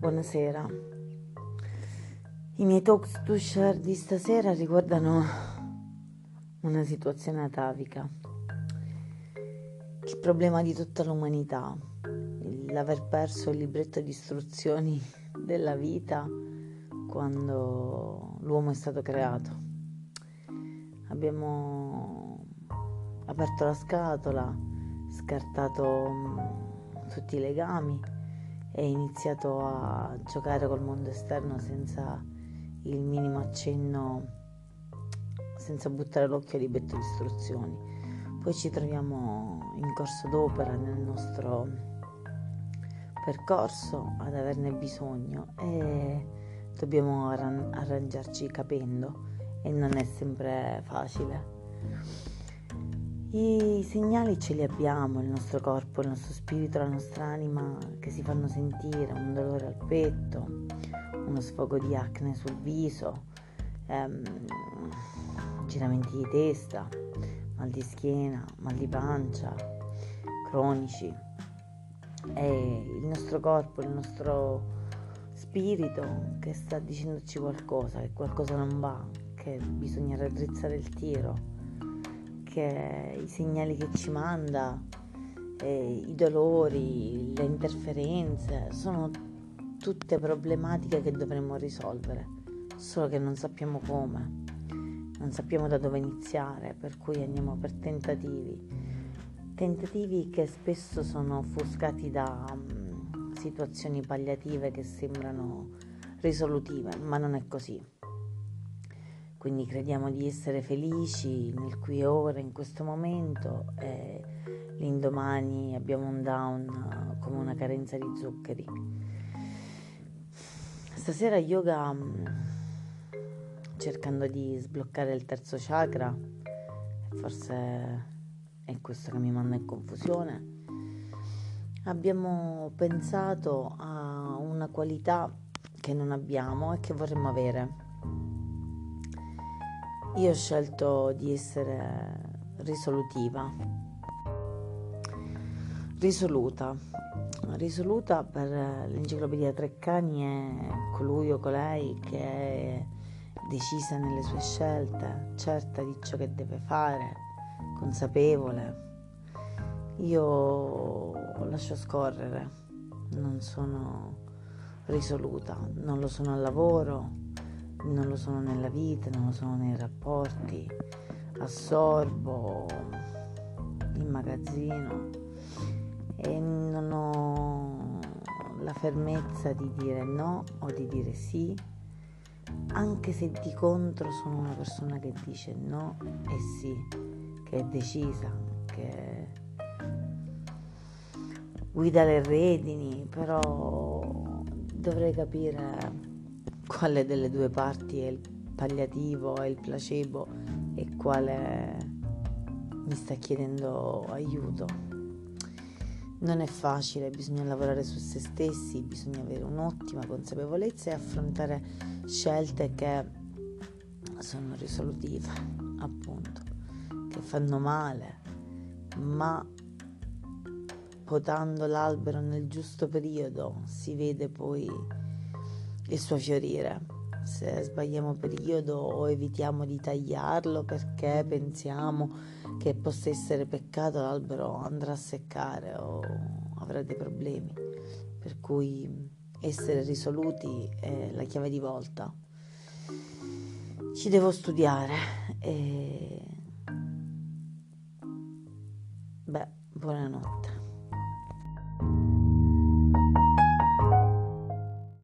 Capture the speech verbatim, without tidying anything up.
Buonasera. I miei talk to share di stasera riguardano una situazione atavica, il problema di tutta l'umanità, l'aver perso il libretto di istruzioni della vita quando l'uomo è stato creato. Abbiamo aperto la scatola, scartato tutti i legami e iniziato a giocare col mondo esterno senza il minimo accenno, senza buttare l'occhio al libretto di istruzioni. Poi ci troviamo in corso d'opera nel nostro percorso ad averne bisogno e dobbiamo arran- arrangiarci capendo, e non è sempre facile. I segnali ce li abbiamo, il nostro corpo, il nostro spirito, la nostra anima che si fanno sentire, un dolore al petto, uno sfogo di acne sul viso, ehm, giramenti di testa, mal di schiena, mal di pancia, cronici. E il nostro corpo, il nostro spirito che sta dicendoci qualcosa, che qualcosa non va, che bisogna raddrizzare il tiro, che i segnali che ci manda, eh, i dolori, le interferenze sono tutte problematiche che dovremmo risolvere, solo che non sappiamo come, non sappiamo da dove iniziare, per cui andiamo per tentativi, tentativi che spesso sono offuscati da um, situazioni palliative che sembrano risolutive, ma non è così. Quindi crediamo di essere felici nel qui e ora, in questo momento, e l'indomani abbiamo un down come una carenza di zuccheri. Stasera yoga, cercando di sbloccare il terzo chakra, forse è questo che mi manda in confusione, abbiamo pensato a una qualità che non abbiamo e che vorremmo avere. Io ho scelto di essere risolutiva, risoluta, risoluta per l'enciclopedia Treccani è colui o colei che è decisa nelle sue scelte, certa di ciò che deve fare, consapevole. Io lascio scorrere, non sono risoluta, non lo sono al lavoro, non lo sono nella vita, non lo sono nei rapporti, assorbo, immagazzino e non ho la fermezza di dire no o di dire sì, anche se di contro sono una persona che dice no e sì, che è decisa, che guida le redini, però dovrei capire quale delle due parti è il palliativo, è il placebo e quale mi sta chiedendo aiuto. Non è facile, bisogna lavorare su se stessi, bisogna avere un'ottima consapevolezza e affrontare scelte che sono risolutive, appunto, che fanno male, ma potando l'albero nel giusto periodo si vede poi il suo fiorire. Se sbagliamo periodo o evitiamo di tagliarlo perché pensiamo che possa essere peccato, l'albero andrà a seccare o avrà dei problemi, per cui essere risoluti è la chiave di volta. Ci devo studiare e beh, buonanotte.